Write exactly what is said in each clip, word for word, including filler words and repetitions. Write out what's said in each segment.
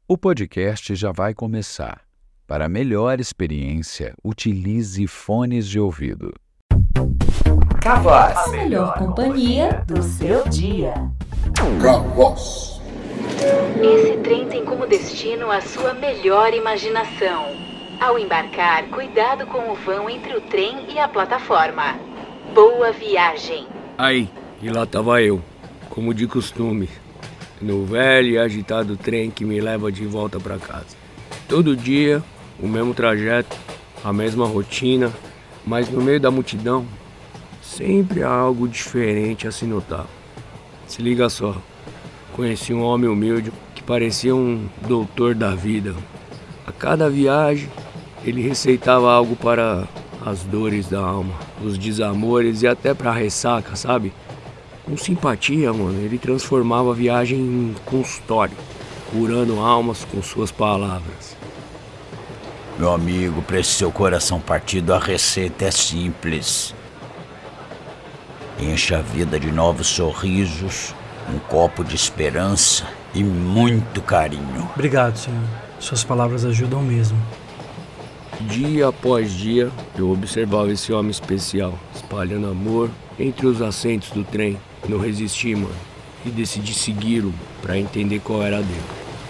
O podcast já vai começar. Para melhor experiência, utilize fones de ouvido. Cavoz, a melhor companhia do seu dia. Cavoz. Esse trem tem como destino a sua melhor imaginação. Ao embarcar, cuidado com o vão entre o trem e a plataforma. Boa viagem. Aí, e lá tava eu, como de costume, no velho e agitado trem que me leva de volta pra casa. Todo dia, o mesmo trajeto, a mesma rotina, mas no meio da multidão, sempre há algo diferente a se notar. Se liga só, conheci um homem humilde que parecia um doutor da vida. A cada viagem, ele receitava algo para as dores da alma, os desamores e até para a ressaca, sabe? Com simpatia, mano, ele transformava a viagem em consultório, curando almas com suas palavras. Meu amigo, para esse seu coração partido, a receita é simples. Encha a vida de novos sorrisos, um copo de esperança e muito carinho. Obrigado, senhor. Suas palavras ajudam mesmo. Dia após dia, eu observava esse homem especial, espalhando amor entre os assentos do trem. Não resisti, mano, e decidi segui-lo para entender qual era a dele.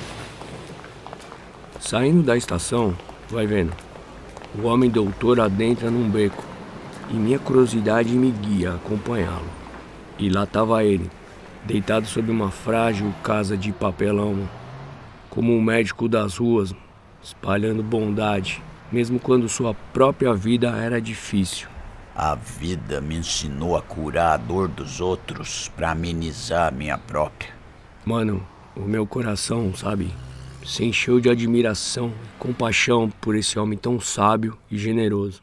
Saindo da estação, vai vendo, o homem doutor adentra num beco, e minha curiosidade me guia a acompanhá-lo. E lá tava ele, deitado sob uma frágil casa de papelão, como um médico das ruas, espalhando bondade, mesmo quando sua própria vida era difícil. A vida me ensinou a curar a dor dos outros para amenizar a minha própria. Mano, o meu coração, sabe, se encheu de admiração e compaixão por esse homem tão sábio e generoso.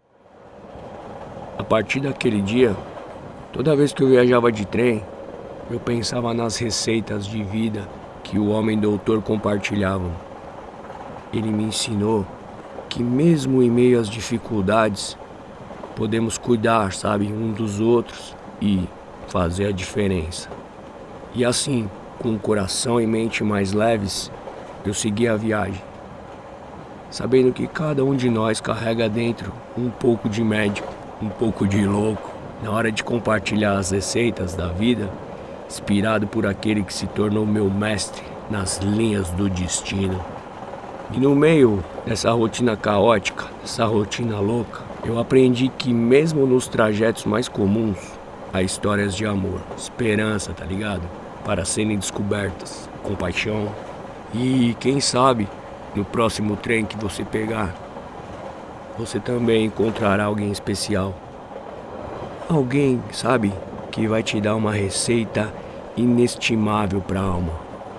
A partir daquele dia, toda vez que eu viajava de trem, eu pensava nas receitas de vida que o homem doutor compartilhava. Ele me ensinou que mesmo em meio às dificuldades, podemos cuidar, sabe, um dos outros e fazer a diferença. E assim, com o coração e mente mais leves, eu segui a viagem, sabendo que cada um de nós carrega dentro um pouco de médico, um pouco de louco, na hora de compartilhar as receitas da vida, inspirado por aquele que se tornou meu mestre nas linhas do destino. E no meio dessa rotina caótica, dessa rotina louca, eu aprendi que mesmo nos trajetos mais comuns, há histórias de amor, esperança, tá ligado? Para serem descobertas, compaixão. E quem sabe, no próximo trem que você pegar, você também encontrará alguém especial. Alguém, sabe, que vai te dar uma receita inestimável para a alma.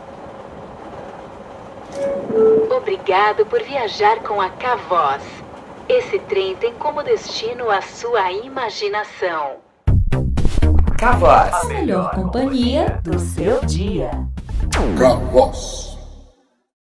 Obrigado por viajar com a Cavoz. Esse trem tem como destino a sua imaginação. Cavoz, a melhor companhia do seu dia. Cavoz.